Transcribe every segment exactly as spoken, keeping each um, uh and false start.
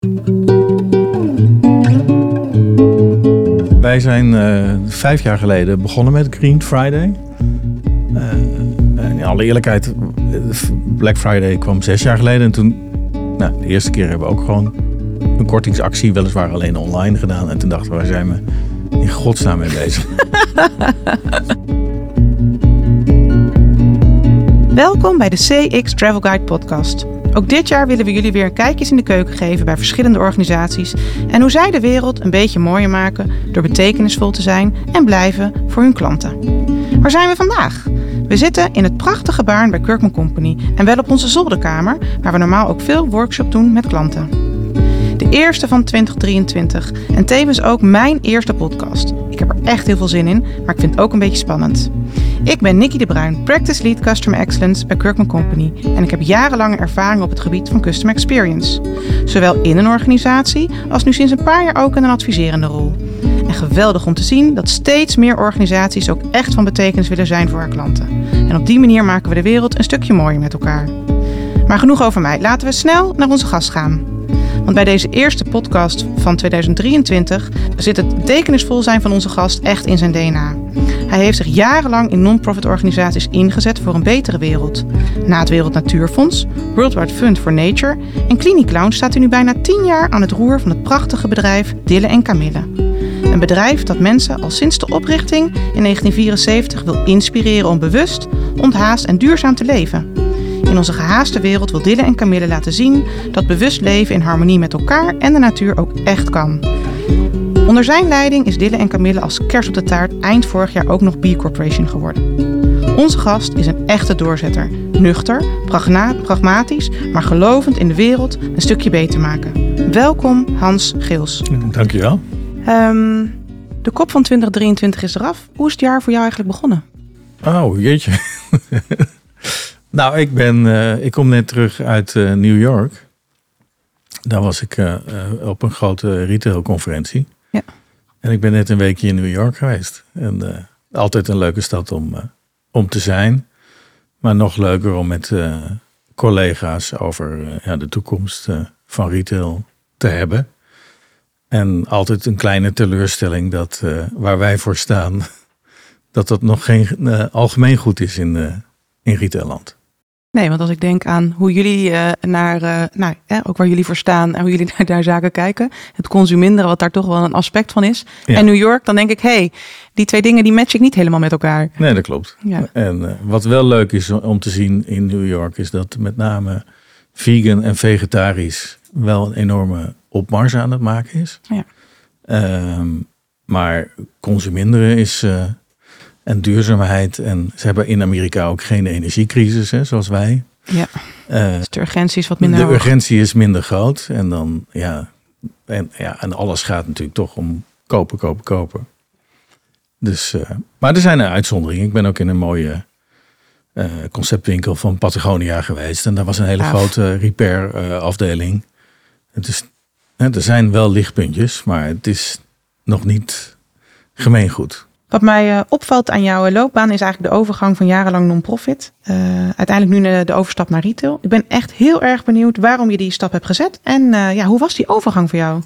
Wij zijn uh, vijf jaar geleden begonnen met Green Friday. Uh, in alle eerlijkheid, Black Friday kwam zes jaar geleden. En toen, nou, de eerste keer hebben we ook gewoon een kortingsactie, weliswaar alleen online gedaan. En toen dachten we, waar zijn we in godsnaam mee bezig? Welkom bij de C X Travel Guide podcast. Ook dit jaar willen we jullie weer een kijkjes in de keuken geven bij verschillende organisaties en hoe zij de wereld een beetje mooier maken door betekenisvol te zijn en blijven voor hun klanten. Waar zijn we vandaag? We zitten in het prachtige Baarn bij Kirkman Company en wel op onze zolderkamer, waar we normaal ook veel workshop doen met klanten. De eerste van twintig drieëntwintig en tevens ook mijn eerste podcast. Ik heb er echt heel veel zin in, maar ik vind het ook een beetje spannend. Ik ben Nikki de Bruin, Practice Lead Customer Excellence bij Kirkman Company en ik heb jarenlange ervaring op het gebied van Customer Experience. Zowel in een organisatie als nu sinds een paar jaar ook in een adviserende rol. En geweldig om te zien dat steeds meer organisaties ook echt van betekenis willen zijn voor haar klanten. En op die manier maken we de wereld een stukje mooier met elkaar. Maar genoeg over mij, laten we snel naar onze gast gaan. Want bij deze eerste podcast van tweeduizend drieëntwintig zit het betekenisvol zijn van onze gast echt in zijn D N A. Hij heeft zich jarenlang in non-profit organisaties ingezet voor een betere wereld. Na het Wereld Natuurfonds, Worldwide Fund for Nature en Clinic Lounge staat hij nu bijna tien jaar aan het roer van het prachtige bedrijf Dille en Camille. Een bedrijf dat mensen al sinds de oprichting in negentien vierenzeventig wil inspireren om bewust, onthaast en duurzaam te leven. In onze gehaaste wereld wil Dille en Camille laten zien dat bewust leven in harmonie met elkaar en de natuur ook echt kan. Onder zijn leiding is Dille en Camille als kers op de taart eind vorig jaar ook nog B Corporation geworden. Onze gast is een echte doorzetter. Nuchter, pragna- pragmatisch, maar gelovend in de wereld een stukje beter maken. Welkom Hans Geels. Dankjewel. Um, de kop van twintig drieëntwintig is eraf. Hoe is het jaar voor jou eigenlijk begonnen? Oh, jeetje. Nou, ik ben, uh, ik kom net terug uit uh, New York. Daar was ik uh, uh, op een grote retailconferentie. Ja. En ik ben net een weekje in New York geweest. En uh, altijd een leuke stad om, uh, om te zijn. Maar nog leuker om met uh, collega's over uh, ja, de toekomst uh, van retail te hebben. En altijd een kleine teleurstelling dat uh, waar wij voor staan, dat dat nog geen uh, algemeen goed is in, uh, in retailland. Nee, want als ik denk aan hoe jullie uh, naar, uh, nou, eh, ook waar jullie voor staan en hoe jullie naar, naar zaken kijken, het consuminderen, wat daar toch wel een aspect van is. Ja. En New York, dan denk ik, hé, hey, die twee dingen die match ik niet helemaal met elkaar. Nee, dat klopt. Ja. En uh, wat wel leuk is om te zien in New York, is dat met name vegan en vegetarisch wel een enorme opmars aan het maken is. Ja. Um, maar consuminderen is uh, en duurzaamheid. En ze hebben in Amerika ook geen energiecrisis, hè, zoals wij. Ja. Uh, dus de urgentie is wat minder De hoog. urgentie is minder groot. En dan, ja en, ja, en alles gaat natuurlijk toch om kopen, kopen, kopen. Dus, uh, maar er zijn uitzonderingen. Ik ben ook in een mooie uh, conceptwinkel van Patagonia geweest. En daar was een hele Af. grote repair uh, afdeling. Het is, hè, er zijn wel lichtpuntjes, maar het is nog niet gemeengoed. Wat mij uh, opvalt aan jouw loopbaan is eigenlijk de overgang van jarenlang non-profit. Uh, uiteindelijk nu de, de overstap naar retail. Ik ben echt heel erg benieuwd waarom je die stap hebt gezet. En uh, ja, hoe was die overgang voor jou?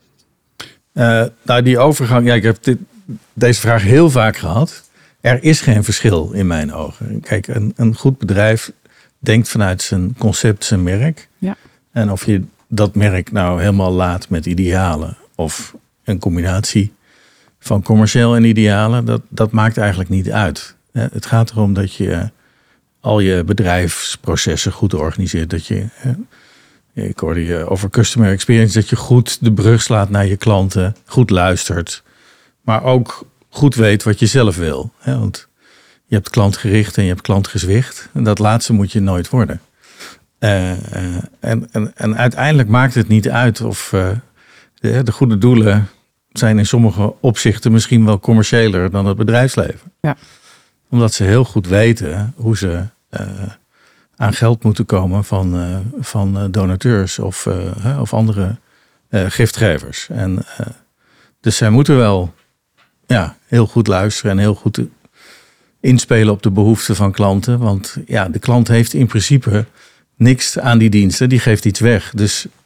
Uh, nou, die overgang, ja, ik heb dit, deze vraag heel vaak gehad. Er is geen verschil in mijn ogen. Kijk, een, een goed bedrijf denkt vanuit zijn concept, zijn merk. Ja. En of je dat merk nou helemaal laat met idealen of een combinatie van commercieel en idealen, dat, dat maakt eigenlijk niet uit. Het gaat erom dat je al je bedrijfsprocessen goed organiseert. Dat je, ik hoorde je over customer experience, dat je goed de brug slaat naar je klanten, goed luistert, maar ook goed weet wat je zelf wil. Want je hebt klantgericht en je hebt klantgezwicht. En dat laatste moet je nooit worden. Uh, uh, en, en, en uiteindelijk maakt het niet uit of uh, de, de goede doelen zijn in sommige opzichten misschien wel commerciëler dan het bedrijfsleven. Ja. Omdat ze heel goed weten hoe ze uh, aan geld moeten komen van, uh, van uh, donateurs of, uh, of andere uh, giftgevers. En, uh, dus zij moeten wel ja, heel goed luisteren en heel goed inspelen op de behoeften van klanten. Want ja, de klant heeft in principe niks aan die diensten, die geeft iets weg. Dus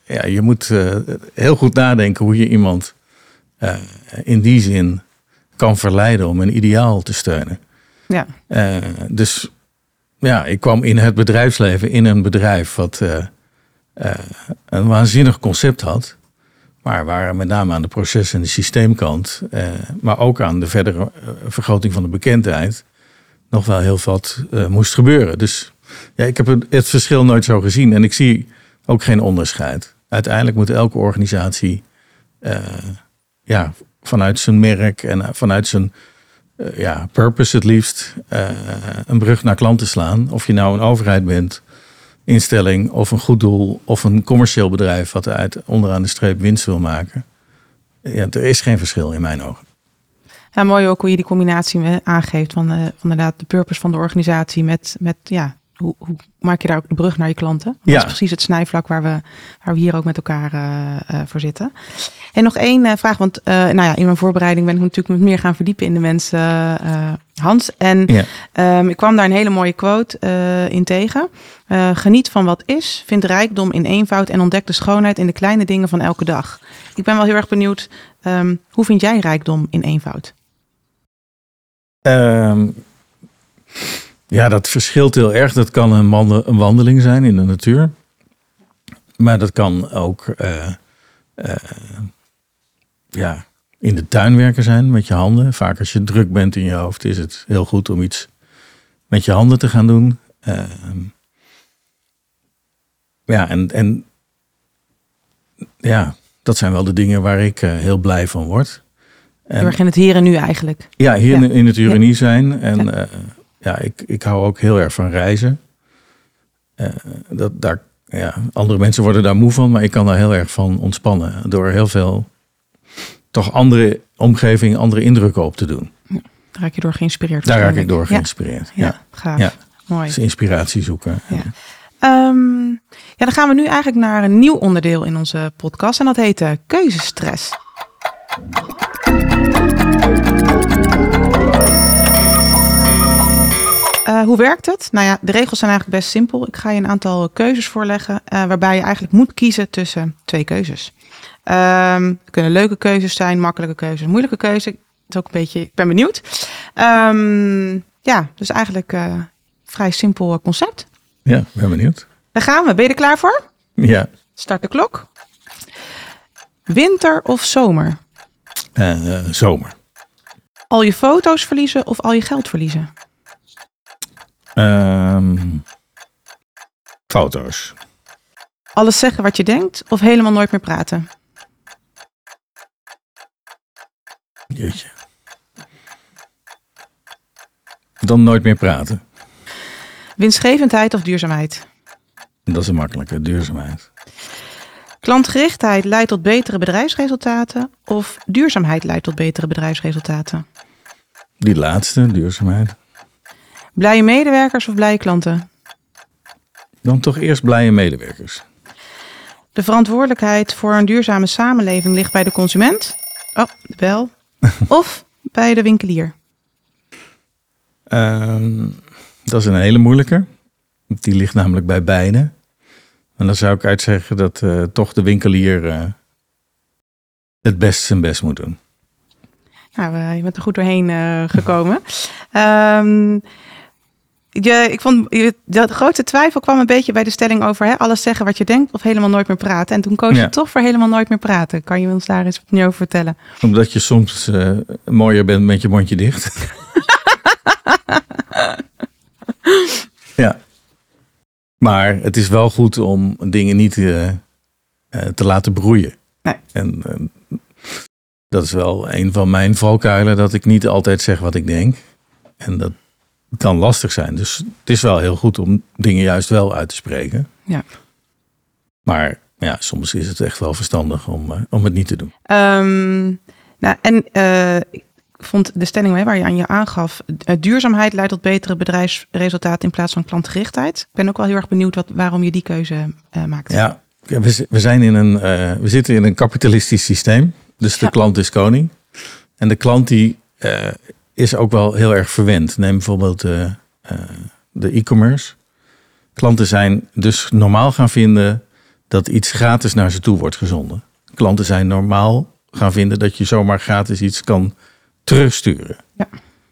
ja, je moet uh, heel goed nadenken hoe je iemand uh, in die zin kan verleiden om een ideaal te steunen. Ja. Uh, dus ja, ik kwam in het bedrijfsleven in een bedrijf wat uh, uh, een waanzinnig concept had. Maar waar met name aan de proces- en de systeemkant, uh, maar ook aan de verdere uh, vergroting van de bekendheid, nog wel heel wat uh, moest gebeuren. Dus ja, ik heb het, het verschil nooit zo gezien en ik zie ook geen onderscheid. Uiteindelijk moet elke organisatie uh, ja, vanuit zijn merk en vanuit zijn uh, ja, purpose het liefst uh, een brug naar klanten slaan. Of je nou een overheid bent, instelling of een goed doel of een commercieel bedrijf wat uit onderaan de streep winst wil maken. Ja, er is geen verschil in mijn ogen. Ja, mooi ook hoe je die combinatie aangeeft van, uh, van inderdaad de purpose van de organisatie met, met ja, hoe, hoe maak je daar ook de brug naar je klanten? Dat ja. is precies het snijvlak waar we, waar we hier ook met elkaar uh, uh, voor zitten. En nog één uh, vraag, want uh, nou ja, in mijn voorbereiding ben ik natuurlijk met meer gaan verdiepen in de mensen, uh, Hans. En ja. um, ik kwam daar een hele mooie quote uh, in tegen. Uh, geniet van wat is, vind rijkdom in eenvoud en ontdek de schoonheid in de kleine dingen van elke dag. Ik ben wel heel erg benieuwd, um, hoe vind jij rijkdom in eenvoud? Um, ja, dat verschilt heel erg. Dat kan een, wandel, een wandeling zijn in de natuur. Maar dat kan ook uh, uh, ja, in de tuin werken zijn met je handen. Vaak als je druk bent in je hoofd is het heel goed om iets met je handen te gaan doen. Uh, ja, en, en ja, dat zijn wel de dingen waar ik uh, heel blij van word. Heel erg in het hier en nu eigenlijk. Ja, hier ja. in het hier en nu zijn. En ja, uh, ja ik, ik hou ook heel erg van reizen. Uh, dat, daar, ja, andere mensen worden daar moe van, maar ik kan daar heel erg van ontspannen. Door heel veel toch andere omgeving, andere indrukken op te doen. Ja, daar raak je door geïnspireerd. Daar raak ik door geïnspireerd. Ja, ja. ja gaaf. Ja. Mooi. Dus inspiratie zoeken. Ja. Um, ja, dan gaan we nu eigenlijk naar een nieuw onderdeel in onze podcast. En dat heet uh, keuzestress. Uh, hoe werkt het? Nou ja, de regels zijn eigenlijk best simpel. Ik ga je een aantal keuzes voorleggen, uh, waarbij je eigenlijk moet kiezen tussen twee keuzes. Um, het kunnen leuke keuzes zijn, makkelijke keuzes, moeilijke keuzes. Het is ook een beetje, ik ben benieuwd. Um, ja, dus eigenlijk uh, vrij simpel concept. Ja, ben benieuwd. Daar gaan we. Ben je er klaar voor? Ja. Start de klok. Winter of zomer? Uh, uh, zomer. Al je foto's verliezen of al je geld verliezen? Um, foto's. Alles zeggen wat je denkt of helemaal nooit meer praten? Jeetje. Dan nooit meer praten. Winstgevendheid of duurzaamheid? Dat is een makkelijke, duurzaamheid. Klantgerichtheid leidt tot betere bedrijfsresultaten of duurzaamheid leidt tot betere bedrijfsresultaten? Die laatste, duurzaamheid. Blije medewerkers of blije klanten? Dan toch eerst blije medewerkers. De verantwoordelijkheid voor een duurzame samenleving ligt bij de consument. Oh, de bel. Of bij de winkelier? Um, dat is een hele moeilijke. Die ligt namelijk bij beide. En dan zou ik uitzeggen dat uh, toch de winkelier uh, het best zijn best moet doen. Nou, uh, je bent er goed doorheen uh, gekomen. um, je, ik vond, je, de grootste twijfel kwam een beetje bij de stelling over hè, alles zeggen wat je denkt of helemaal nooit meer praten. En toen koos je ja. toch voor helemaal nooit meer praten. Kan je ons daar eens wat meer over vertellen? Omdat je soms uh, mooier bent met je mondje dicht. Ja. Maar het is wel goed om dingen niet uh, uh, te laten broeien. Nee. En uh, dat is wel een van mijn valkuilen, dat ik niet altijd zeg wat ik denk. En dat kan lastig zijn. Dus het is wel heel goed om dingen juist wel uit te spreken. Ja. Maar ja, soms is het echt wel verstandig om, uh, om het niet te doen. Um, nou, en uh, ik vond de stelling waar je aan je aangaf, uh, duurzaamheid leidt tot betere bedrijfsresultaten in plaats van klantgerichtheid. Ik ben ook wel heel erg benieuwd wat, waarom je die keuze uh, maakt. Ja, we, we, zijn in een, uh, we zitten in een kapitalistisch systeem. Dus de ja. klant is koning. En de klant die uh, is ook wel heel erg verwend. Neem bijvoorbeeld uh, uh, de e-commerce. Klanten zijn dus normaal gaan vinden dat iets gratis naar ze toe wordt gezonden. Klanten zijn normaal gaan vinden dat je zomaar gratis iets kan terugsturen. Ja.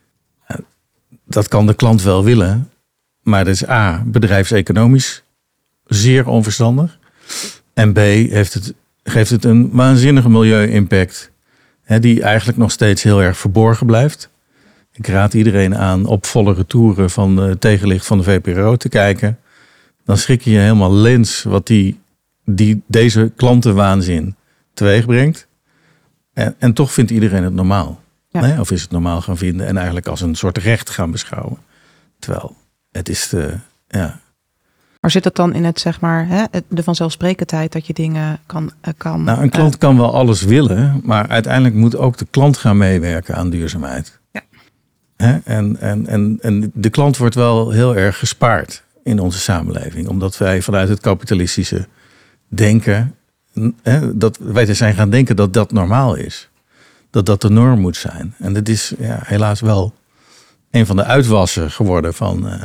Dat kan de klant wel willen, maar dat is A, bedrijfseconomisch zeer onverstandig. En B, heeft het, geeft het een waanzinnige milieu-impact, hè, die eigenlijk nog steeds heel erg verborgen blijft. Ik raad iedereen aan op volle retouren van de tegenlicht van de V P R O te kijken. Dan schrik je je helemaal lens wat die, die deze klantenwaanzin teweeg brengt. En, en toch vindt iedereen het normaal. Ja. Nee? Of is het normaal gaan vinden en eigenlijk als een soort recht gaan beschouwen. Terwijl het is de, ja... Maar zit het dan in het, zeg maar, hè, de vanzelfsprekendheid dat je dingen kan... kan nou, een klant uh, kan wel alles willen, maar uiteindelijk moet ook de klant gaan meewerken aan duurzaamheid. Ja. Hè? En, en, en, en de klant wordt wel heel erg gespaard in onze samenleving. Omdat wij vanuit het kapitalistische denken, hè, dat wij zijn gaan denken dat dat normaal is. Dat dat de norm moet zijn. En dat is ja, helaas wel een van de uitwassen geworden van... Uh,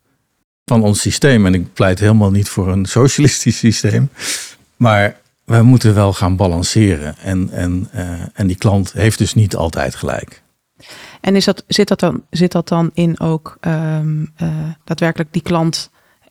van ons systeem. En ik pleit helemaal niet voor een socialistisch systeem. Maar we moeten wel gaan balanceren. En, en, uh, en die klant heeft dus niet altijd gelijk. En is dat, zit, dat dan, zit dat dan in ook um, uh, daadwerkelijk die klant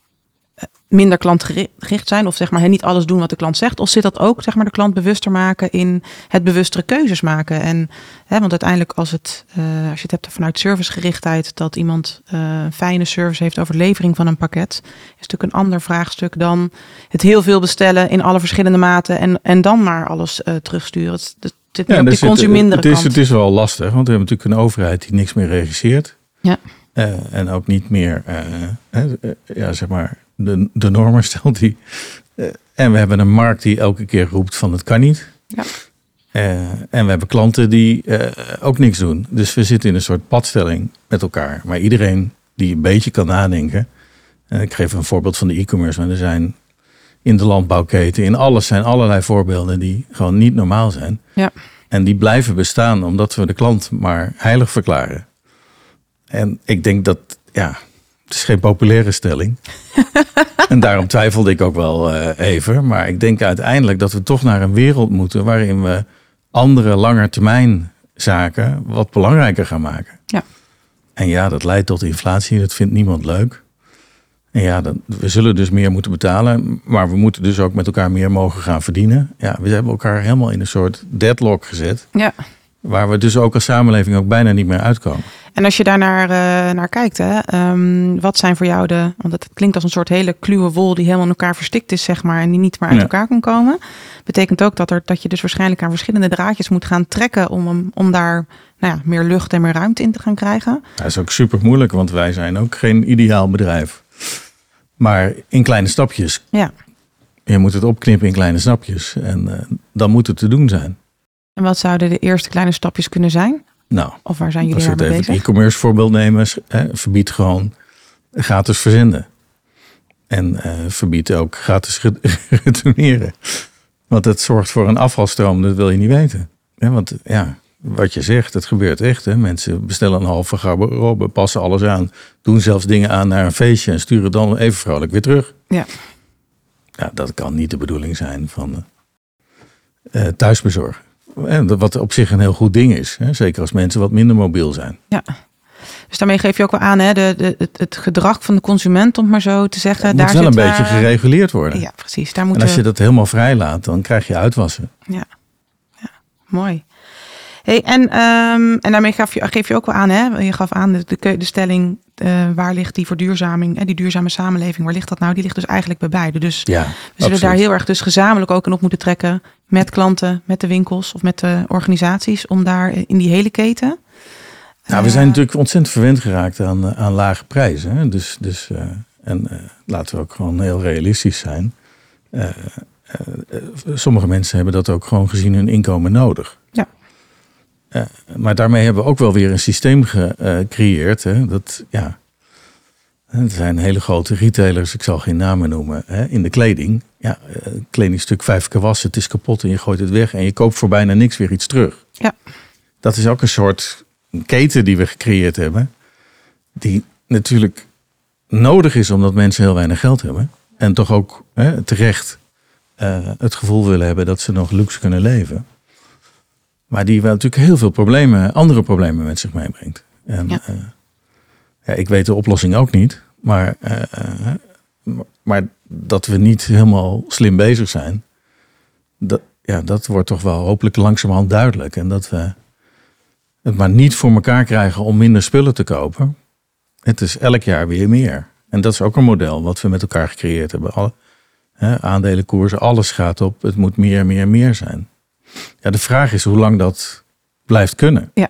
minder klantgericht zijn? Of zeg maar niet alles doen wat de klant zegt? Of zit dat ook, zeg maar, de klant bewuster maken in het bewustere keuzes maken? En, hè, want uiteindelijk als, het, uh, als je het hebt vanuit servicegerichtheid, dat iemand uh, fijne service heeft over de levering van een pakket, is natuurlijk een ander vraagstuk dan het heel veel bestellen in alle verschillende maten en, en dan maar alles uh, terugsturen. Het, het zit ja, op die consumindere het is, kant. Het is wel lastig, want we hebben natuurlijk een overheid die niks meer regisseert. Ja. Uh, en ook niet meer, uh, uh, uh, ja, zeg maar, de, de normen stelt die. Uh, en we hebben een markt die elke keer roept van het kan niet. Ja. Uh, en we hebben klanten die uh, ook niks doen. Dus we zitten in een soort padstelling met elkaar. Maar iedereen die een beetje kan nadenken. Uh, ik geef een voorbeeld van de e-commerce. Maar er zijn in de landbouwketen, in alles zijn allerlei voorbeelden die gewoon niet normaal zijn. Ja. En die blijven bestaan omdat we de klant maar heilig verklaren. En ik denk dat, ja, het is geen populaire stelling. En daarom twijfelde ik ook wel uh, even. Maar ik denk uiteindelijk dat we toch naar een wereld moeten waarin we andere langetermijnzaken wat belangrijker gaan maken. Ja. En ja, dat leidt tot inflatie. Dat vindt niemand leuk. En ja, dan, we zullen dus meer moeten betalen. Maar we moeten dus ook met elkaar meer mogen gaan verdienen. Ja, we hebben elkaar helemaal in een soort deadlock gezet. Ja. Waar we dus ook als samenleving ook bijna niet meer uitkomen. En als je daar naar, uh, naar kijkt, hè, um, wat zijn voor jou de... Want het klinkt als een soort hele kluwe wol die helemaal in elkaar verstikt is, zeg maar, en die niet meer uit ja. elkaar kan komen. Betekent ook dat, er, dat je dus waarschijnlijk aan verschillende draadjes moet gaan trekken om, om daar nou ja, meer lucht en meer ruimte in te gaan krijgen. Dat is ook super moeilijk, want wij zijn ook geen ideaal bedrijf. Maar in kleine stapjes. Ja. Je moet het opknippen in kleine stapjes. En uh, dan moet het te doen zijn. En wat zouden de eerste kleine stapjes kunnen zijn? Nou, of waar zijn jullie als we mee het bezig? even e-commerce voorbeeld nemen, hè, verbied gewoon gratis verzenden. En uh, verbied ook gratis retourneren. Want het zorgt voor een afvalstroom, dat wil je niet weten. Ja, want ja, wat je zegt, het gebeurt echt. Hè. Mensen bestellen een halve garderobe, passen alles aan, doen zelfs dingen aan naar een feestje en sturen dan even vrolijk weer terug. Ja. Ja, dat kan niet de bedoeling zijn van uh, thuisbezorgen. Wat op zich een heel goed ding is. Hè? Zeker als mensen wat minder mobiel zijn. Ja. Dus daarmee geef je ook wel aan, hè, de, de, het, het gedrag van de consument, om het maar zo te zeggen. Het daar moet wel zit een waar... beetje gereguleerd worden. Ja, precies. Daar moet en als je dat helemaal vrij laat, dan krijg je uitwassen. Ja, ja. Mooi. Hey, en, um, en daarmee gaf je, geef je ook wel aan, hè? Je gaf aan de, de, de stelling, uh, waar ligt die verduurzaming, hè, die duurzame samenleving, waar ligt dat nou? Die ligt dus eigenlijk bij beide. Dus ja, we zullen absoluut. daar heel erg dus gezamenlijk ook in op moeten trekken met klanten, met de winkels of met de organisaties, om daar in die hele keten. Nou, we zijn natuurlijk ontzettend verwend geraakt aan, aan lage prijzen. Hè? Dus, dus, uh, en uh, laten we ook gewoon heel realistisch zijn. Uh, uh, uh, sommige mensen hebben dat ook gewoon gezien hun inkomen nodig. Ja. Uh, maar daarmee hebben we ook wel weer een systeem gecreëerd. Hè? Dat, ja, er zijn hele grote retailers, ik zal geen namen noemen, hè? In de kleding. Ja, uh, kledingstuk vijf keer wassen, het is kapot en je gooit het weg. En je koopt voor bijna niks weer iets terug. Ja. Dat is ook een soort keten die we gecreëerd hebben. Die natuurlijk nodig is omdat mensen heel weinig geld hebben. En toch ook hè, terecht uh, het gevoel willen hebben dat ze nog luxe kunnen leven. Maar die wel natuurlijk heel veel problemen, andere problemen met zich meebrengt. En, ja. Uh, ja, ik weet de oplossing ook niet. Maar, uh, uh, maar dat we niet helemaal slim bezig zijn. Dat, ja, dat wordt toch wel hopelijk langzamerhand duidelijk. En dat we het maar niet voor elkaar krijgen om minder spullen te kopen. Het is elk jaar weer meer. En dat is ook een model wat we met elkaar gecreëerd hebben. Alle, hè, aandelenkoersen, alles gaat op. Het moet meer, meer, meer zijn. Ja, de vraag is hoe lang dat blijft kunnen. Ja.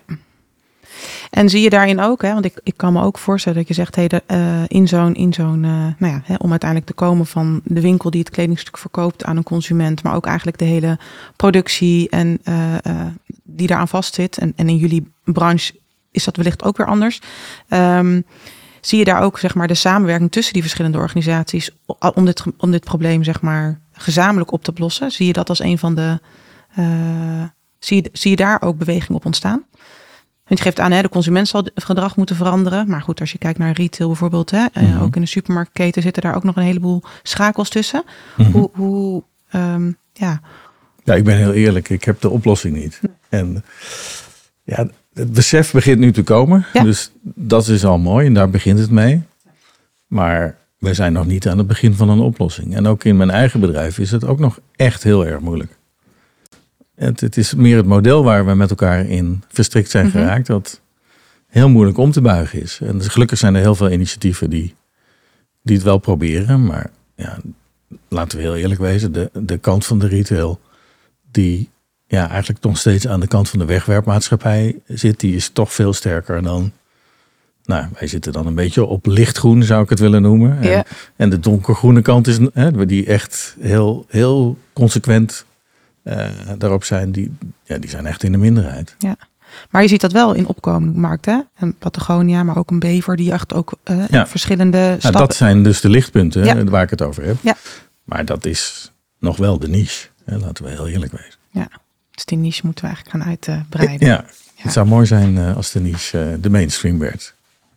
En zie je daarin ook, hè, want ik, ik kan me ook voorstellen dat je zegt, hey, de, uh, in zo'n, in zo'n uh, nou ja, hè, om uiteindelijk te komen van de winkel die het kledingstuk verkoopt aan een consument, maar ook eigenlijk de hele productie en uh, uh, die daaraan vastzit. En, en in jullie branche is dat wellicht ook weer anders. Um, zie je daar ook, zeg maar, de samenwerking tussen die verschillende organisaties om dit, om dit probleem, zeg maar, gezamenlijk op te lossen? Zie je dat als een van de, uh, zie je, zie je daar ook beweging op ontstaan? Want je geeft aan, hè, de consument zal het gedrag moeten veranderen. Maar goed, als je kijkt naar retail bijvoorbeeld, hè, mm-hmm. uh, ook in de supermarktketen zitten daar ook nog een heleboel schakels tussen. Mm-hmm. Hoe, hoe um, ja. Ja, ik ben heel eerlijk, ik heb de oplossing niet. Nee. En ja, het besef begint nu te komen. Ja. Dus dat is al mooi en daar begint het mee. Maar we zijn nog niet aan het begin van een oplossing. En ook in mijn eigen bedrijf is het ook nog echt heel erg moeilijk. Het, het is meer het model waar we met elkaar in verstrikt zijn mm-hmm. geraakt, dat heel moeilijk om te buigen is. En dus gelukkig zijn er heel veel initiatieven die, die het wel proberen. Maar ja, laten we heel eerlijk wezen, de, de kant van de retail die ja, eigenlijk nog steeds aan de kant van de wegwerpmaatschappij zit, die is toch veel sterker dan. Nou, wij zitten dan een beetje op lichtgroen, zou ik het willen noemen. En, ja. en de donkergroene kant is, hè, die echt heel, heel consequent Uh, daarop zijn, die, ja, die zijn echt in de minderheid. Ja. Maar je ziet dat wel in opkomende markten, hè? En Patagonia, maar ook een bever die echt ook uh, ja. verschillende ja, stappen. Dat zijn dus de lichtpunten ja. waar ik het over heb. Ja. Maar dat is nog wel de niche. Hè? Laten we heel eerlijk wezen. Ja, dus die niche moeten we eigenlijk gaan uitbreiden. Ja, ja. Het zou mooi zijn uh, als de niche uh, de mainstream werd.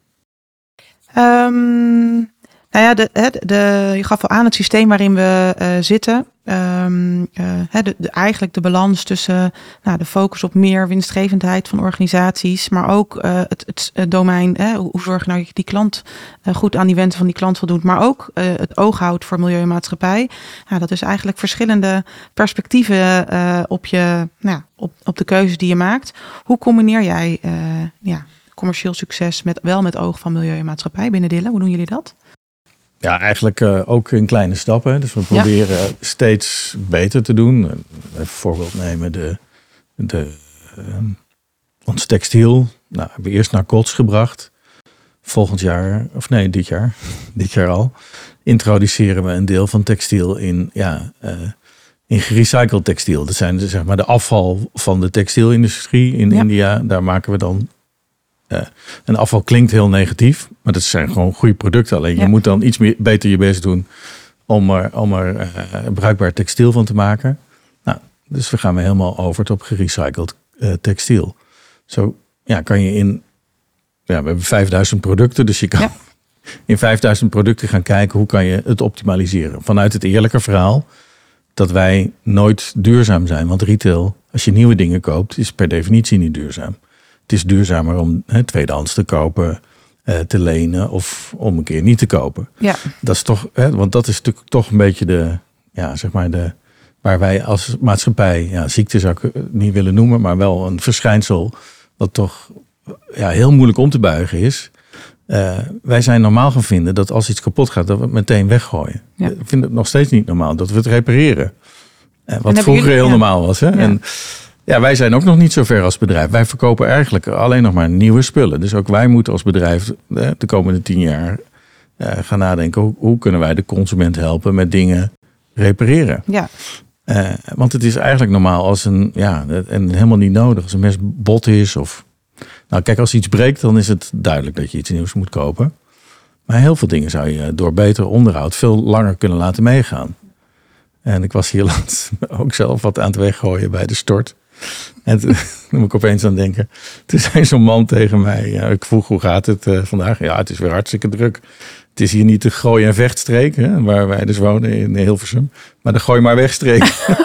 Um, nou ja, de, de, de, je gaf al aan het systeem waarin we uh, zitten. Um, uh, de, de, eigenlijk de balans tussen nou, de focus op meer winstgevendheid van organisaties, maar ook uh, het, het, het domein, hè, hoe, hoe zorg je nou dat je die klant uh, goed aan die wensen van die klant voldoet, maar ook uh, het oog houdt voor milieu en maatschappij. Ja, dat is eigenlijk verschillende perspectieven uh, op, je, nou, op, op de keuzes die je maakt. Hoe combineer jij uh, ja, commercieel succes met, wel met oog van milieu en maatschappij binnen Dille? Hoe doen jullie dat? Ja, eigenlijk uh, ook in kleine stappen. Dus we proberen ja. steeds beter te doen. Even een voorbeeld nemen. De, de, uh, ons textiel nou, hebben we eerst naar Kots gebracht. Volgend jaar, of nee, dit jaar. dit jaar al. Introduceren we een deel van textiel in, ja, uh, in gerecycled textiel. Dat zijn de, zeg maar de afval van de textielindustrie in ja. India. Daar maken we dan. Uh, en afval klinkt heel negatief, maar dat zijn gewoon goede producten. Alleen ja. je moet dan iets meer, beter je best doen om er, om er uh, bruikbaar textiel van te maken. Nou, dus we gaan we helemaal over op gerecycled uh, textiel. Zo ja, kan je in, ja, we hebben vijfduizend producten, dus je kan ja. in vijfduizend producten gaan kijken hoe kan je het optimaliseren. Vanuit het eerlijke verhaal dat wij nooit duurzaam zijn. Want retail, als je nieuwe dingen koopt, is per definitie niet duurzaam. Het is duurzamer om he, tweedehands te kopen, uh, te lenen of om een keer niet te kopen. Ja. Dat is toch, hè, want dat is natuurlijk toch een beetje de, ja, zeg maar de, waar wij als maatschappij, ja, ziekte zou ik niet willen noemen, maar wel een verschijnsel wat toch ja, heel moeilijk om te buigen is. Uh, wij zijn normaal gaan vinden dat als iets kapot gaat, dat we het meteen weggooien. Ja. Ik vind het nog steeds niet normaal dat we het repareren. Uh, wat vroeger jullie, heel ja. normaal was. Hè? Ja. En, Ja, wij zijn ook nog niet zo ver als bedrijf. Wij verkopen eigenlijk alleen nog maar nieuwe spullen. Dus ook wij moeten als bedrijf de komende tien jaar gaan nadenken. Hoe, hoe kunnen wij de consument helpen met dingen repareren? Ja. Uh, want het is eigenlijk normaal als een, ja, en helemaal niet nodig. Als een mes bot is of, nou kijk, als iets breekt, dan is het duidelijk dat je iets nieuws moet kopen. Maar heel veel dingen zou je door beter onderhoud veel langer kunnen laten meegaan. En ik was hier laatst ook zelf wat aan het weggooien bij de stort. En toen moet ik opeens aan denken. Toen zei zo'n man tegen mij. Ja, ik vroeg hoe gaat het uh, vandaag? Ja, het is weer hartstikke druk. Het is hier niet de gooi- en vechtstreek, hè, waar wij dus wonen in Hilversum. Maar de gooi maar wegstreek.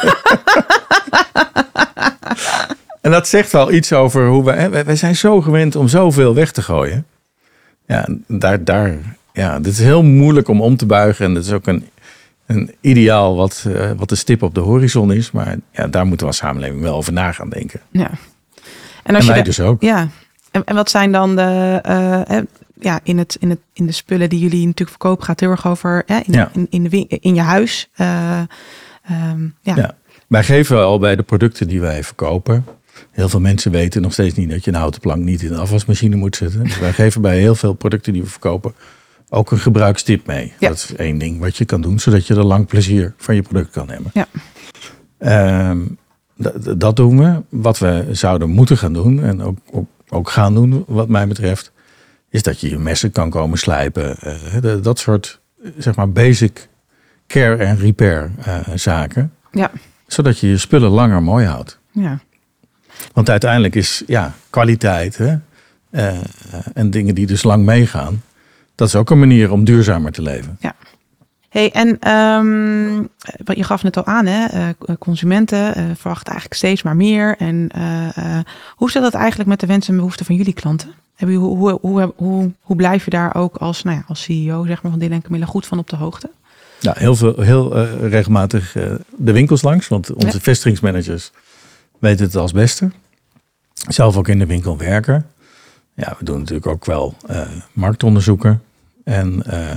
En dat zegt wel iets over hoe wij... Hè, wij zijn zo gewend om zoveel weg te gooien. Ja, daar, daar, ja, dit is heel moeilijk om om te buigen. En dat is ook een, een ideaal wat, uh, wat de stip op de horizon is. Maar ja, daar moeten we als samenleving wel over na gaan denken. Ja. En, als en je wij de, dus ook. Ja. En, en wat zijn dan de... Uh, ja, in, het, in, het, in de spullen die jullie natuurlijk verkopen... gaat heel erg over hè, in, ja. in, in, de, in je huis. Uh, um, ja. ja. Wij geven al bij de producten die wij verkopen... Heel veel mensen weten nog steeds niet dat je een houten plank niet in de afwasmachine moet zetten. Dus wij geven bij heel veel producten die we verkopen ook een gebruikstip mee. Ja. Dat is één ding wat je kan doen, zodat je er lang plezier van je product kan nemen. Ja. Um, d- dat doen we. Wat we zouden moeten gaan doen en ook, ook, ook gaan doen wat mij betreft, is dat je je messen kan komen slijpen. Uh, de, dat soort zeg maar basic care en repair uh, zaken. Ja. Zodat je je spullen langer mooi houdt. Ja. Want uiteindelijk is ja, kwaliteit hè, uh, en dingen die dus lang meegaan... dat is ook een manier om duurzamer te leven. Ja. Hey, en um, je gaf net al aan, hè, uh, consumenten uh, verwachten eigenlijk steeds maar meer. En uh, uh, hoe zit dat eigenlijk met de wensen en behoeften van jullie klanten? Hebben jullie, hoe, hoe, hoe, hoe, hoe blijf je daar ook als, nou ja, als C E O zeg maar, van Dillen en Camilla goed van op de hoogte? Ja, heel, veel, heel uh, regelmatig uh, de winkels langs, want onze ja. vestigingsmanagers... weten het als beste. Zelf ook in de winkel werken. Ja, we doen natuurlijk ook wel uh, marktonderzoeken. En uh,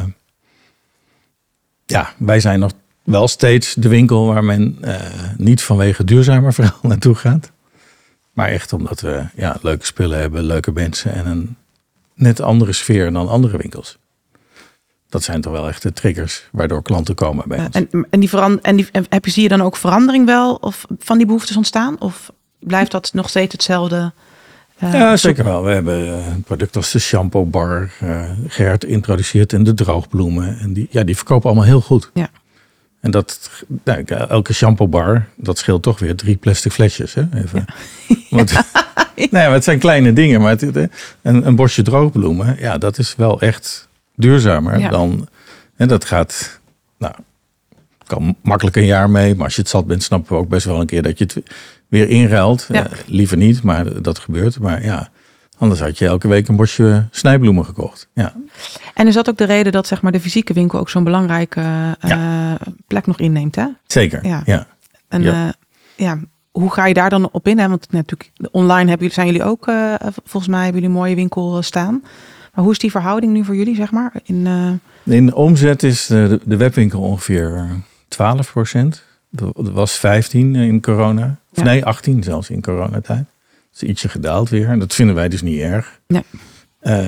ja, wij zijn nog wel steeds de winkel waar men uh, niet vanwege duurzamer verhaal naartoe gaat. Maar echt omdat we ja, leuke spullen hebben, leuke mensen en een net andere sfeer dan andere winkels. Dat zijn toch wel echt de triggers waardoor klanten komen bij ons. En, en, die verand- en, die, en heb je, zie je dan ook verandering wel of van die behoeftes ontstaan? Of blijft dat nog steeds hetzelfde? Uh, ja, zeker wel. We hebben uh, een product als de shampoo bar. Uh, Gert introduceert en de droogbloemen. En die, ja, die verkopen allemaal heel goed. Ja. En dat, nou, elke shampoo bar, dat scheelt toch weer drie plastic flesjes. Hè? Even. Ja. Want, ja. Nee, maar het zijn kleine dingen. Maar het, een, een bosje droogbloemen, ja, dat is wel echt... duurzamer ja. dan. En dat gaat. Nou, kan makkelijk een jaar mee. Maar als je het zat bent, snappen we ook best wel een keer dat je het weer inruilt. Ja. Uh, liever niet, maar dat gebeurt. Maar ja, anders had je elke week een bosje snijbloemen gekocht. Ja. En is dat ook de reden dat zeg maar de fysieke winkel ook zo'n belangrijke uh, ja. plek nog inneemt? Hè? Zeker. Ja. ja. En ja. Uh, ja. Hoe ga je daar dan op in? Hè? Want natuurlijk online hebben, zijn jullie ook, uh, volgens mij hebben jullie een mooie winkel staan. Maar hoe is die verhouding nu voor jullie, zeg maar? In, uh... in de omzet is de, de webwinkel ongeveer twaalf procent. Dat was vijftien in corona. Ja. Nee, achttien zelfs in coronatijd. Dat is ietsje gedaald weer. En dat vinden wij dus niet erg. Nee. Uh,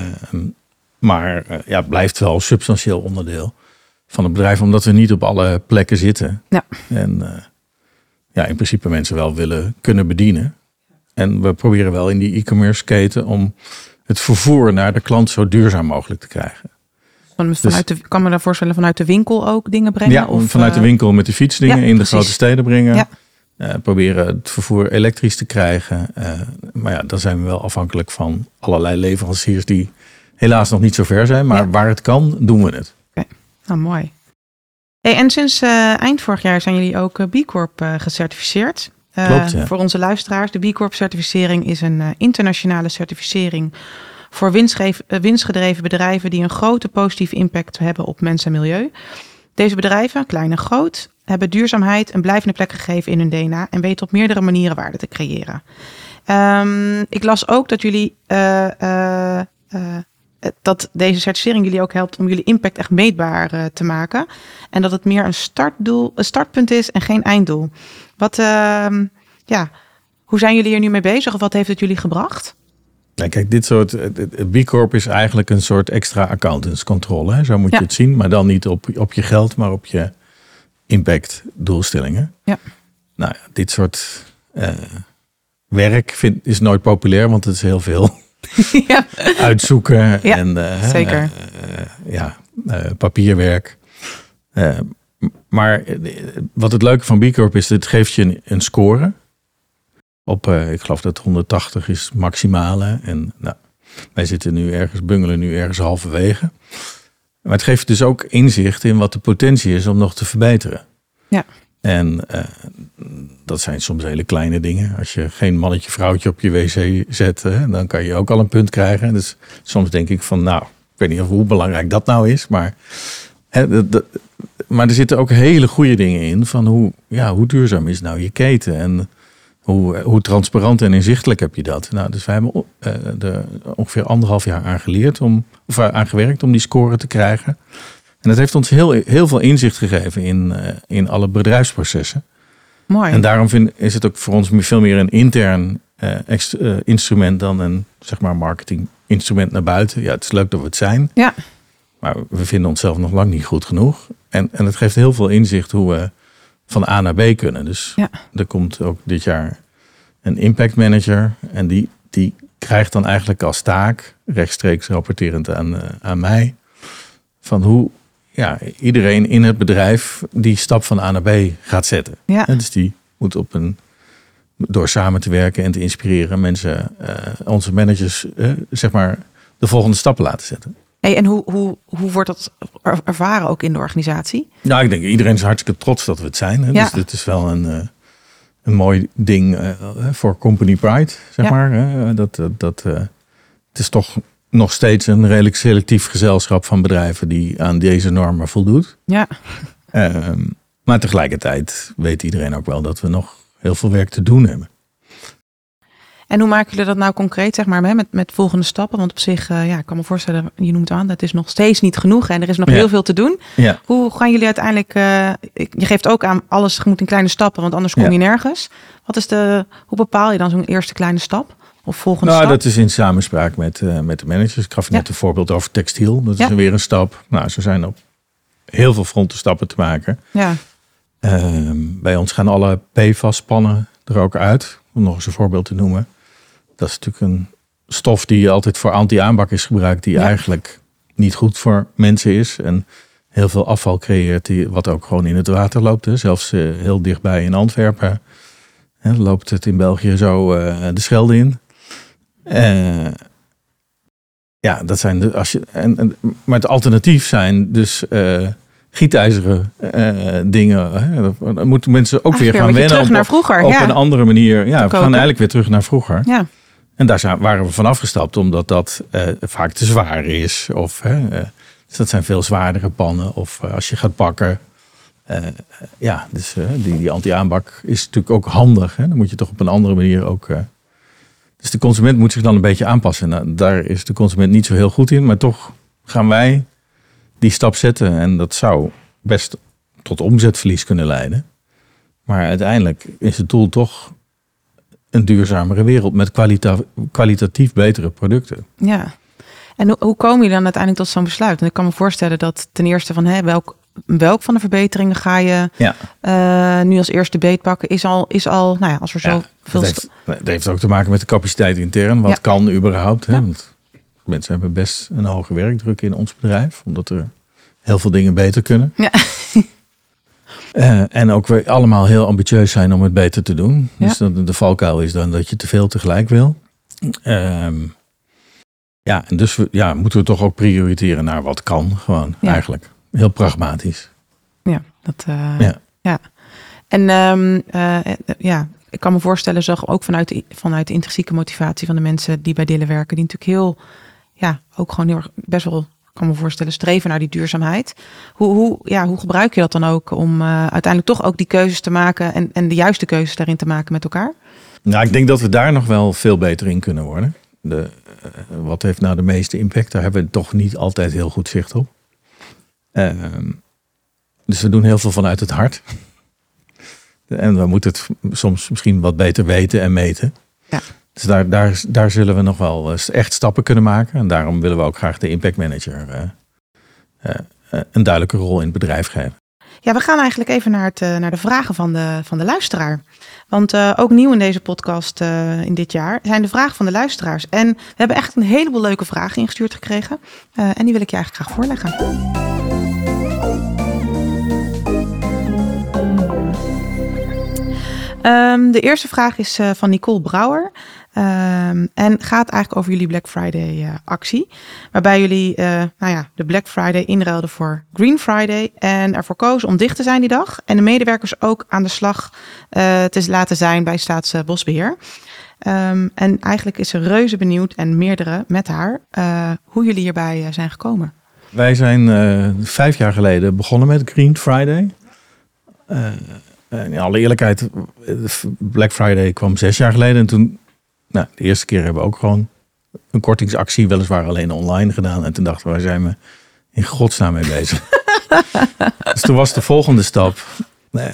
maar uh, ja, het blijft wel een substantieel onderdeel van het bedrijf. Omdat we niet op alle plekken zitten. Ja. En uh, ja, in principe mensen wel willen kunnen bedienen. En we proberen wel in die e-commerce keten om... het vervoer naar de klant zo duurzaam mogelijk te krijgen. Vanuit dus, de, kan me daar voorstellen vanuit de winkel ook dingen brengen? Ja, of, vanuit de winkel met de fietsdingen ja, in precies. de grote steden brengen. Ja. Uh, proberen het vervoer elektrisch te krijgen. Uh, maar ja, dan zijn we wel afhankelijk van allerlei leveranciers die helaas nog niet zo ver zijn. Maar ja. waar het kan, doen we het. Okay. Nou, mooi. Hey, en sinds uh, eind vorig jaar zijn jullie ook uh, B Corp uh, gecertificeerd. Uh, Klopt, ja. Voor onze luisteraars, de B Corp certificering is een uh, internationale certificering voor winstgeef, uh, winstgedreven bedrijven die een grote positieve impact hebben op mens en milieu. Deze bedrijven, klein en groot, hebben duurzaamheid een blijvende plek gegeven in hun D N A en weten op meerdere manieren waarde te creëren. Um, ik las ook dat jullie uh, uh, uh, dat deze certificering jullie ook helpt om jullie impact echt meetbaar uh, te maken. En dat het meer een startdoel, een startpunt is en geen einddoel. Wat, uh, ja, hoe zijn jullie hier nu mee bezig? Of wat heeft het jullie gebracht? Ja, kijk, dit soort B Corp is eigenlijk een soort extra accountantscontrole. Hè? Zo moet ja. je het zien, maar dan niet op, op je geld, maar op je impactdoelstellingen. Ja. Nou ja, dit soort uh, werk vind, is nooit populair, want het is heel veel ja. uitzoeken ja, en uh, zeker. Uh, ja, uh, papierwerk. Uh, maar wat het leuke van B Corp is, het geeft je een, een score. Op, uh, ik geloof dat honderdtachtig is maximale. En nou, wij zitten nu ergens, bungelen nu ergens halverwege. Maar het geeft dus ook inzicht in wat de potentie is om nog te verbeteren. Ja. En uh, dat zijn soms hele kleine dingen. Als je geen mannetje vrouwtje op je wc zet, hè, dan kan je ook al een punt krijgen. Dus soms denk ik van, nou, ik weet niet of hoe belangrijk dat nou is. Maar, hè, dat, dat, maar er zitten ook hele goede dingen in van hoe, ja, hoe duurzaam is nou je keten en hoe, hoe transparant en inzichtelijk heb je dat. Nou, dus wij hebben uh, er ongeveer anderhalf jaar aan geleerd om, of aan gewerkt om die score te krijgen. En dat heeft ons heel, heel veel inzicht gegeven in, uh, in alle bedrijfsprocessen. Mooi. En daarom vind, is het ook voor ons veel meer een intern uh, ex, uh, instrument dan een, zeg maar, marketing instrument naar buiten. Ja, het is leuk dat we het zijn. Ja. Maar we vinden onszelf nog lang niet goed genoeg. En, en het geeft heel veel inzicht hoe we van A naar B kunnen. Dus ja. Er komt ook dit jaar een impact manager. En die, die krijgt dan eigenlijk als taak, rechtstreeks rapporterend aan, uh, aan mij, van hoe ja, iedereen in het bedrijf die stap van A naar B gaat zetten. Ja. En dus die moet op een, door samen te werken en te inspireren, mensen, uh, onze managers, uh, zeg maar, de volgende stappen laten zetten. Hey, en hoe, hoe, hoe wordt dat ervaren ook in de organisatie? Nou, ik denk iedereen is hartstikke trots dat we het zijn. Hè? Ja. Dus dit is wel een, uh, een mooi ding uh, voor company pride, zeg ja. maar. Uh, dat, uh, dat, uh, het is toch nog steeds een redelijk selectief gezelschap van bedrijven die aan deze normen voldoet. Ja. Uh, maar tegelijkertijd weet iedereen ook wel dat we nog heel veel werk te doen hebben. En hoe maken jullie dat nou concreet, zeg maar, met, met volgende stappen? Want op zich, uh, ja, ik kan me voorstellen, je noemt aan, dat is nog steeds niet genoeg en er is nog ja. heel veel te doen. Ja. Hoe gaan jullie uiteindelijk, uh, je geeft ook aan, alles moet in kleine stappen, want anders kom je ja. nergens. Wat is de, hoe bepaal je dan zo'n eerste kleine stap? Of volgende nou, stap? Dat is in samenspraak met, uh, met de managers. Ik gaf je ja. net een voorbeeld over textiel. Dat is ja. weer een stap. Nou, zo zijn op heel veel fronten stappen te maken. Ja. Uh, bij ons gaan alle P F A S-pannen er ook uit. Om nog eens een voorbeeld te noemen. Dat is natuurlijk een stof die altijd voor anti-aanbak is gebruikt. Die ja. eigenlijk niet goed voor mensen is. En heel veel afval creëert. Die, wat ook gewoon in het water loopt. Hè. Zelfs uh, heel dichtbij in Antwerpen. Hè, loopt het in België zo uh, de Schelde in. Uh, ja, dat zijn de. Als je, en, en, maar het alternatief zijn dus uh, gietijzeren uh, dingen. Hè. Dan moeten mensen ook weer gaan wennen. Terug op, naar vroeger. Op ja. een andere manier. Ja, we gaan eigenlijk weer terug naar vroeger. Ja. En daar zijn, waren we van afgestapt, omdat dat uh, vaak te zwaar is. Of hè, uh, dus dat zijn veel zwaardere pannen. Of uh, als je gaat bakken. Uh, ja, dus uh, die, die anti-aanbak is natuurlijk ook handig. Hè. Dan moet je toch op een andere manier ook. Uh, Dus de consument moet zich dan een beetje aanpassen. Nou, daar is de consument niet zo heel goed in. Maar toch gaan wij die stap zetten. En dat zou best tot omzetverlies kunnen leiden. Maar uiteindelijk is het doel toch een duurzamere wereld. Met kwalita- kwalitatief betere producten. Ja. En hoe, hoe kom je dan uiteindelijk tot zo'n besluit? En ik kan me voorstellen dat ten eerste van hè, welk, welk van de verbeteringen ga je ja. uh, nu als eerste beet pakken? Is al, is al nou ja, als er zo ja, veel... Dat heeft, dat heeft ook te maken met de capaciteit intern. Wat ja. kan überhaupt? Hè? Ja. Want mensen hebben best een hoge werkdruk in ons bedrijf. Omdat er heel veel dingen beter kunnen. Ja. uh, en ook we allemaal heel ambitieus zijn om het beter te doen. Ja. Dus de, de valkuil is dan dat je te veel tegelijk wil. Um, ja, en dus we, ja, moeten we toch ook prioriteren naar wat kan. Gewoon ja. eigenlijk. Heel pragmatisch. Ja, dat... Uh, ja. ja. En um, uh, ja... Ik kan me voorstellen, zo ook vanuit de, vanuit de intrinsieke motivatie van de mensen die bij Dille werken, die natuurlijk heel, ja, ook gewoon heel erg best wel, ik kan me voorstellen, streven naar die duurzaamheid. Hoe, hoe, ja, hoe gebruik je dat dan ook om uh, uiteindelijk toch ook die keuzes te maken en, en de juiste keuzes daarin te maken met elkaar? Nou, ik denk dat we daar nog wel veel beter in kunnen worden. De, uh, wat heeft nou de meeste impact? Daar hebben we toch niet altijd heel goed zicht op. Uh, dus we doen heel veel vanuit het hart. En we moeten het soms misschien wat beter weten en meten. Ja. Dus daar, daar, daar zullen we nog wel echt stappen kunnen maken. En daarom willen we ook graag de impact manager uh, uh, een duidelijke rol in het bedrijf geven. Ja, we gaan eigenlijk even naar, het, naar de vragen van de, van de luisteraar. Want uh, ook nieuw in deze podcast uh, in dit jaar zijn de vragen van de luisteraars. En we hebben echt een heleboel leuke vragen ingestuurd gekregen. Uh, en die wil ik je eigenlijk graag voorleggen. Um, de eerste vraag is uh, van Nicole Brouwer. Um, en gaat eigenlijk over jullie Black Friday uh, actie. Waarbij jullie uh, nou ja, de Black Friday inruilden voor Green Friday. En ervoor kozen om dicht te zijn die dag. En de medewerkers ook aan de slag uh, te laten zijn bij Staatsbosbeheer. Um, en eigenlijk is ze reuze benieuwd en meerdere met haar uh, hoe jullie hierbij uh, zijn gekomen. Wij zijn uh, vijf jaar geleden begonnen met Green Friday. Uh, in alle eerlijkheid, Black Friday kwam zes jaar geleden. En toen, nou, de eerste keer hebben we ook gewoon een kortingsactie, weliswaar alleen online gedaan. En toen dachten we, waar zijn we in godsnaam mee bezig? Dus toen was de volgende stap. Uh,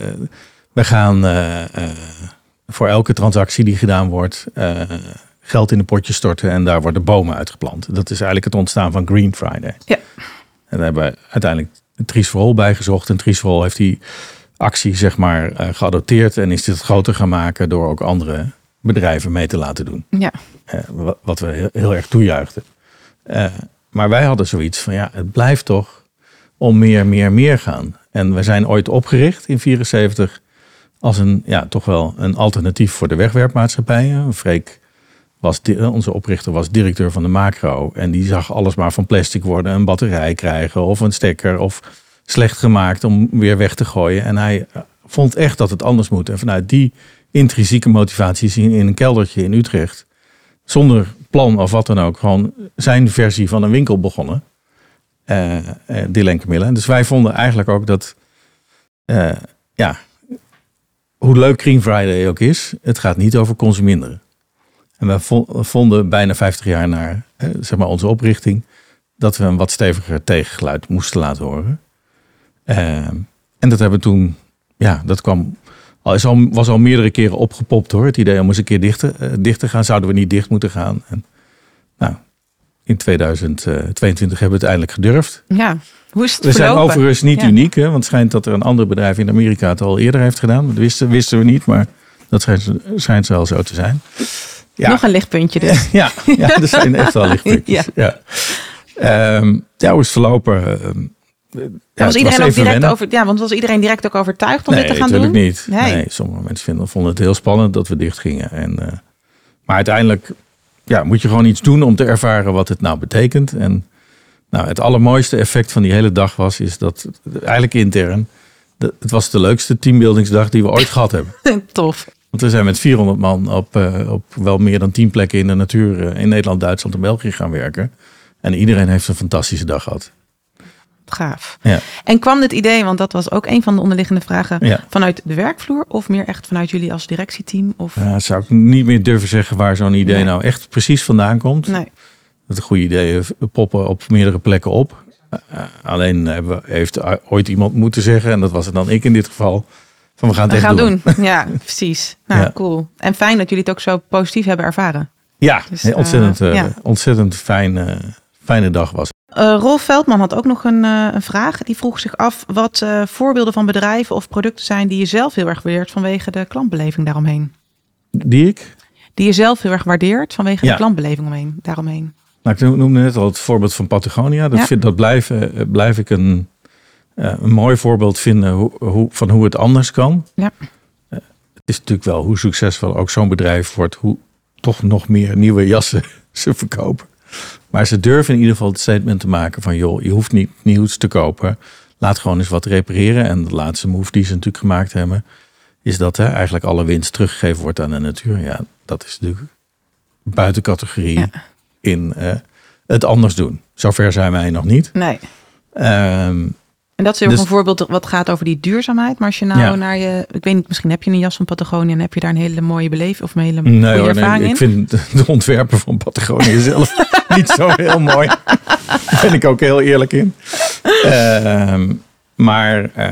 we gaan uh, uh, voor elke transactie die gedaan wordt, uh, geld in een potje storten en daar worden bomen uitgeplant. Dat is eigenlijk het ontstaan van Green Friday. Ja. En daar hebben we uiteindelijk Tries Verhol bij gezocht. En Tries Verhol heeft die actie zeg maar uh, geadopteerd en is dit groter gaan maken door ook andere bedrijven mee te laten doen. Ja. Uh, wat we heel, heel erg toejuichten. Uh, maar wij hadden zoiets van ja, het blijft toch om meer, meer, meer gaan. En we zijn ooit opgericht in vierenzeventig als een, ja, toch wel een alternatief voor de wegwerpmaatschappijen. Freek was, onze oprichter was directeur van de Macro. En die zag alles maar van plastic worden, een batterij krijgen of een stekker of slecht gemaakt om weer weg te gooien. En hij vond echt dat het anders moet. En vanuit die intrinsieke motivatie is hij in een keldertje in Utrecht, zonder plan of wat dan ook, gewoon zijn versie van een winkel begonnen. Uh, uh, Dillenke-Millen. Dus wij vonden eigenlijk ook dat, uh, ja, hoe leuk Green Friday ook is, het gaat niet over consuminderen. En we vonden bijna vijftig jaar na uh, zeg maar onze oprichting dat we een wat steviger tegengeluid moesten laten horen. Uh, en dat hebben we toen, ja, dat kwam, al, is al, was al meerdere keren opgepopt hoor. Het idee om eens een keer dicht te, uh, dicht te gaan, zouden we niet dicht moeten gaan. En, nou, in tweeduizend tweeëntwintig hebben we het eindelijk gedurfd. Ja, hoe is het we verlopen? zijn overigens niet ja. uniek, hè, want het schijnt dat er een ander bedrijf in Amerika het al eerder heeft gedaan. Dat wisten, wisten we niet, maar dat schijnt, schijnt wel zo te zijn. Ja. Nog een lichtpuntje dus. ja, ja, er zijn echt wel lichtpuntjes. ja. Ja. Um, ja, hoe is het verlopen? Um, ja, was iedereen was ook direct over, ja, want was iedereen direct ook overtuigd om nee, dit te gaan doen? Nee, natuurlijk niet. Nee. nee, sommige mensen vinden, vonden het heel spannend dat we dicht gingen. En, uh, maar uiteindelijk ja, moet je gewoon iets doen om te ervaren wat het nou betekent. En nou, het allermooiste effect van die hele dag was, is dat eigenlijk intern, de, het was de leukste teambuildingsdag die we ooit gehad hebben. Tof. Want we zijn met vierhonderd man op, uh, op wel meer dan tien plekken in de natuur uh, in Nederland, Duitsland en België gaan werken. En iedereen heeft een fantastische dag gehad. Gaaf. Ja. En kwam dit idee, want dat was ook een van de onderliggende vragen, ja. vanuit de werkvloer of meer echt vanuit jullie als directieteam? Of? Ja, zou ik niet meer durven zeggen waar zo'n idee nee. nou echt precies vandaan komt. Nee. Dat de goede ideeën poppen op meerdere plekken op. Uh, alleen hebben we, heeft ooit iemand moeten zeggen, en dat was het dan ik in dit geval, van we gaan het we echt gaan doen. doen. Ja, precies. Nou, ja. Cool. En fijn dat jullie het ook zo positief hebben ervaren. Ja, dus, nee, ontzettend, uh, ja. ontzettend fijn, uh, fijne dag was. Uh, Rolf Veldman had ook nog een, uh, een vraag. Die vroeg zich af wat uh, voorbeelden van bedrijven of producten zijn die je zelf heel erg waardeert vanwege de klantbeleving daaromheen. Die ik? Die je zelf heel erg waardeert vanwege ja. de klantbeleving omheen, daaromheen. Nou, ik noemde net al het voorbeeld van Patagonia. Dat, ja. vind, dat blijf, uh, blijf ik een, uh, een mooi voorbeeld vinden hoe, hoe, van hoe het anders kan. Ja. Uh, het is natuurlijk wel hoe succesvol ook zo'n bedrijf wordt, hoe toch nog meer nieuwe jassen ze verkopen. Maar ze durven in ieder geval het statement te maken van, joh, je hoeft niet nieuws te kopen. Laat gewoon eens wat repareren. En de laatste move die ze natuurlijk gemaakt hebben, is dat hè, eigenlijk alle winst teruggegeven wordt aan de natuur. Ja, dat is natuurlijk buiten categorie ja. in uh, het anders doen. Zover zijn wij nog niet. Nee. Um, en dat is ook dus, een voorbeeld wat gaat over die duurzaamheid. Maar als je nou ja. naar je, ik weet niet, misschien heb je een jas van Patagonia en heb je daar een hele mooie beleving of een hele nee, goede hoor, ervaring nee, in? Ik vind de ontwerpen van Patagonia zelf niet zo heel mooi. Daar ben ik ook heel eerlijk in. Uh, maar uh,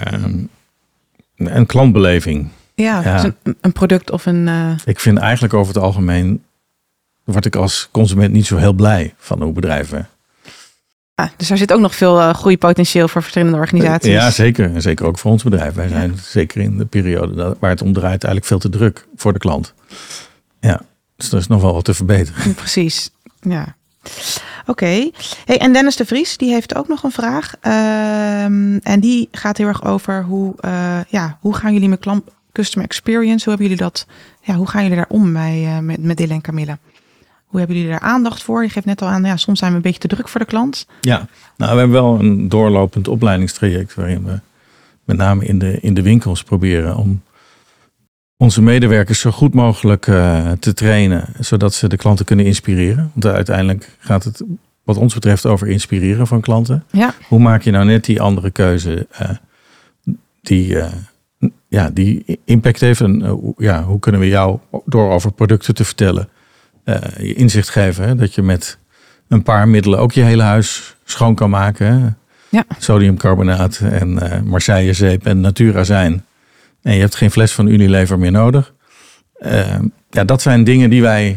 een klantbeleving. Ja, ja. Dus een, een product of een... Uh... Ik vind eigenlijk over het algemeen, word ik als consument niet zo heel blij van hoe bedrijven. Ah, dus daar zit ook nog veel uh, groeipotentieel voor verschillende organisaties. Ja, zeker. En zeker ook voor ons bedrijf. Wij zijn ja. zeker in de periode dat, waar het om draait eigenlijk veel te druk voor de klant. Ja, dus er is nog wel wat te verbeteren. Precies, ja. Oké. Okay. Hey, en Dennis de Vries, die heeft ook nog een vraag. Um, en die gaat heel erg over hoe, uh, ja, hoe gaan jullie met klant, customer experience. Hoe hebben jullie dat? Ja, hoe gaan jullie daar om bij, uh, met, met Dylan en Camille? Hoe hebben jullie daar aandacht voor? Je geeft net al aan, ja, soms zijn we een beetje te druk voor de klant. Ja, nou, we hebben wel een doorlopend opleidingstraject waarin we met name in de, in de winkels proberen om onze medewerkers zo goed mogelijk uh, te trainen, zodat ze de klanten kunnen inspireren. Want uiteindelijk gaat het wat ons betreft over inspireren van klanten. Ja. Hoe maak je nou net die andere keuze uh, die, uh, ja, die impact heeft? En uh, ja, hoe kunnen we jou door over producten te vertellen uh, je inzicht geven? Hè? Dat je met een paar middelen ook je hele huis schoon kan maken. Hè? Ja. Sodiumcarbonaat en uh, Marseillezeep en Naturazijn. En je hebt geen fles van Unilever meer nodig. Uh, ja, dat zijn dingen die wij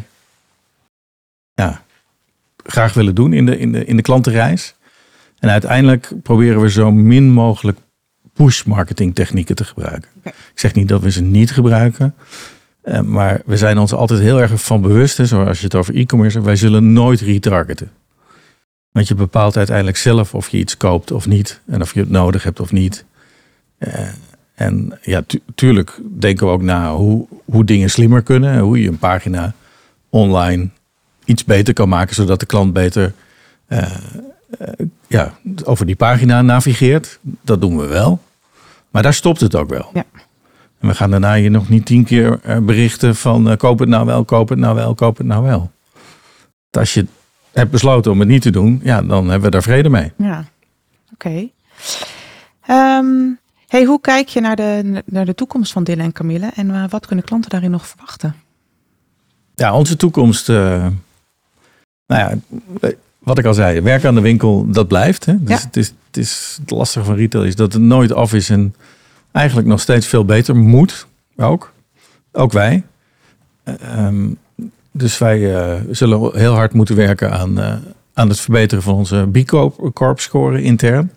ja, graag willen doen in de, in, de, in de klantenreis. En uiteindelijk proberen we zo min mogelijk push marketing technieken te gebruiken. Okay. Ik zeg niet dat we ze niet gebruiken. Uh, maar we zijn ons altijd heel erg van bewust. Hè, zoals je het over e-commerce hebt. Wij zullen nooit retargeten. Want je bepaalt uiteindelijk zelf of je iets koopt of niet. En of je het nodig hebt of niet. Uh, En ja, tu- tuurlijk denken we ook na hoe, hoe dingen slimmer kunnen. Hoe je een pagina online iets beter kan maken. Zodat de klant beter uh, uh, ja, over die pagina navigeert. Dat doen we wel. Maar daar stopt het ook wel. Ja. En we gaan daarna je nog niet tien keer uh, berichten van uh, koop het nou wel, koop het nou wel, koop het nou wel. Als je hebt besloten om het niet te doen, ja, dan hebben we daar vrede mee. Ja, oké. Okay. Um... Hey, hoe kijk je naar de, naar de toekomst van Dylan en Camille en uh, wat kunnen klanten daarin nog verwachten? Ja, onze toekomst, uh, nou ja, wat ik al zei, werken aan de winkel, dat blijft. Hè? Dus ja. het, is, het is het lastige van retail is dat het nooit af is en eigenlijk nog steeds veel beter moet. Ook, ook wij. Uh, um, dus wij uh, zullen heel hard moeten werken aan, uh, aan het verbeteren van onze B Corp score intern.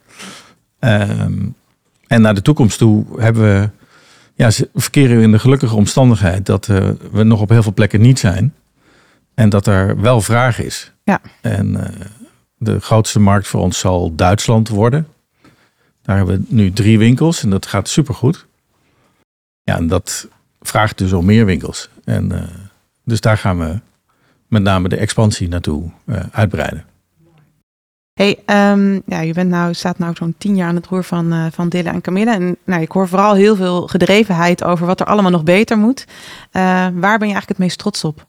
Um, En naar de toekomst toe hebben we, ja, verkeren we in de gelukkige omstandigheid dat uh, we nog op heel veel plekken niet zijn. En dat er wel vraag is. Ja. En uh, de grootste markt voor ons zal Duitsland worden. Daar hebben we nu drie winkels en dat gaat supergoed. Ja, en dat vraagt dus om meer winkels. En uh, dus daar gaan we met name de expansie naartoe uh, uitbreiden. Hey, um, ja, je bent nou, staat nou zo'n tien jaar aan het roer van, uh, van Dylan en Camille. En nou, ik hoor vooral heel veel gedrevenheid over wat er allemaal nog beter moet. Uh, waar ben je eigenlijk het meest trots op?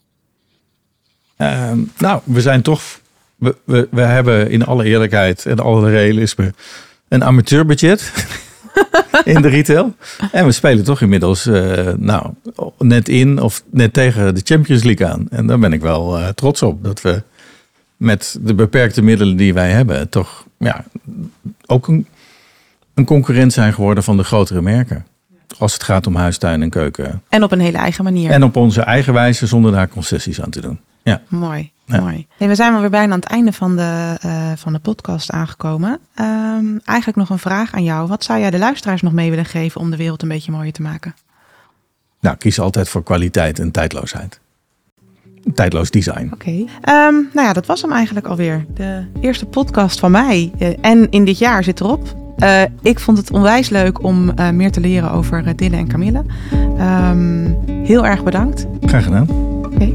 Uh, nou, we zijn toch... We, we, we hebben in alle eerlijkheid en alle realisme een amateurbudget in de retail. En we spelen toch inmiddels uh, nou, net in of net tegen de Champions League aan. En daar ben ik wel uh, trots op dat we met de beperkte middelen die wij hebben toch ja, ook een, een concurrent zijn geworden van de grotere merken. Als het gaat om huis, tuin en keuken. En op een hele eigen manier. En op onze eigen wijze zonder daar concessies aan te doen. Ja. Mooi, ja. mooi. Hey, we zijn alweer bijna aan het einde van de, uh, van de podcast aangekomen. Um, eigenlijk nog een vraag aan jou. Wat zou jij de luisteraars nog mee willen geven om de wereld een beetje mooier te maken? Nou, kies altijd voor kwaliteit en tijdloosheid. Tijdloos design. Oké. Okay. Um, nou ja, dat was hem eigenlijk alweer. De eerste podcast van mij. Uh, en in dit jaar zit erop. Uh, ik vond het onwijs leuk om uh, meer te leren over uh, Dylan en Camille. Um, heel erg bedankt. Graag gedaan. Oké. Okay.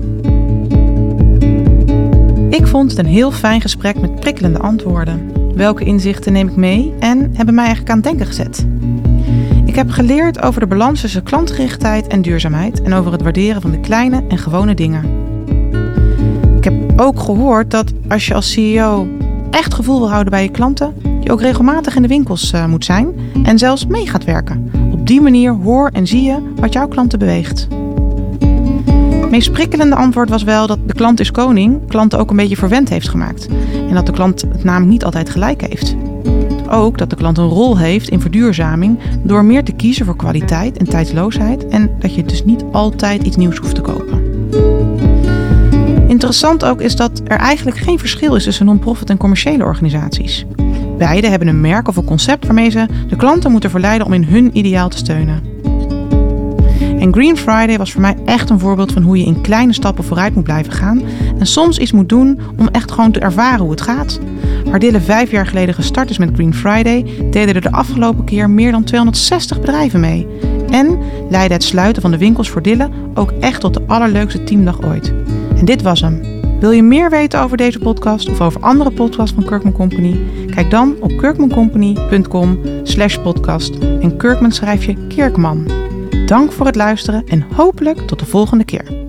Ik vond het een heel fijn gesprek met prikkelende antwoorden. Welke inzichten neem ik mee en hebben mij eigenlijk aan het denken gezet? Ik heb geleerd over de balans tussen klantgerichtheid en duurzaamheid en over het waarderen van de kleine en gewone dingen. Ik heb ook gehoord dat als je als C E O echt gevoel wil houden bij je klanten, je ook regelmatig in de winkels uh, moet zijn en zelfs mee gaat werken. Op die manier hoor en zie je wat jouw klanten beweegt. Het meest prikkelende antwoord was wel dat de klant is koning klanten ook een beetje verwend heeft gemaakt. En dat de klant het namelijk niet altijd gelijk heeft. Ook dat de klant een rol heeft in verduurzaming door meer te kiezen voor kwaliteit en tijdloosheid. En dat je dus niet altijd iets nieuws hoeft te kopen. Interessant ook is dat er eigenlijk geen verschil is tussen non-profit en commerciële organisaties. Beide hebben een merk of een concept waarmee ze de klanten moeten verleiden om in hun ideaal te steunen. En Green Friday was voor mij echt een voorbeeld van hoe je in kleine stappen vooruit moet blijven gaan. En soms iets moet doen om echt gewoon te ervaren hoe het gaat. Waar Dylan vijf jaar geleden gestart is met Green Friday, deden er de afgelopen keer meer dan tweehonderdzestig bedrijven mee. En leidde het sluiten van de winkels voor Dille ook echt tot de allerleukste teamdag ooit. En dit was hem. Wil je meer weten over deze podcast of over andere podcasts van Kirkman Company? Kijk dan op kirkmancompany.com slash podcast en Kirkman schrijf je Kirkman. Dank voor het luisteren en hopelijk tot de volgende keer.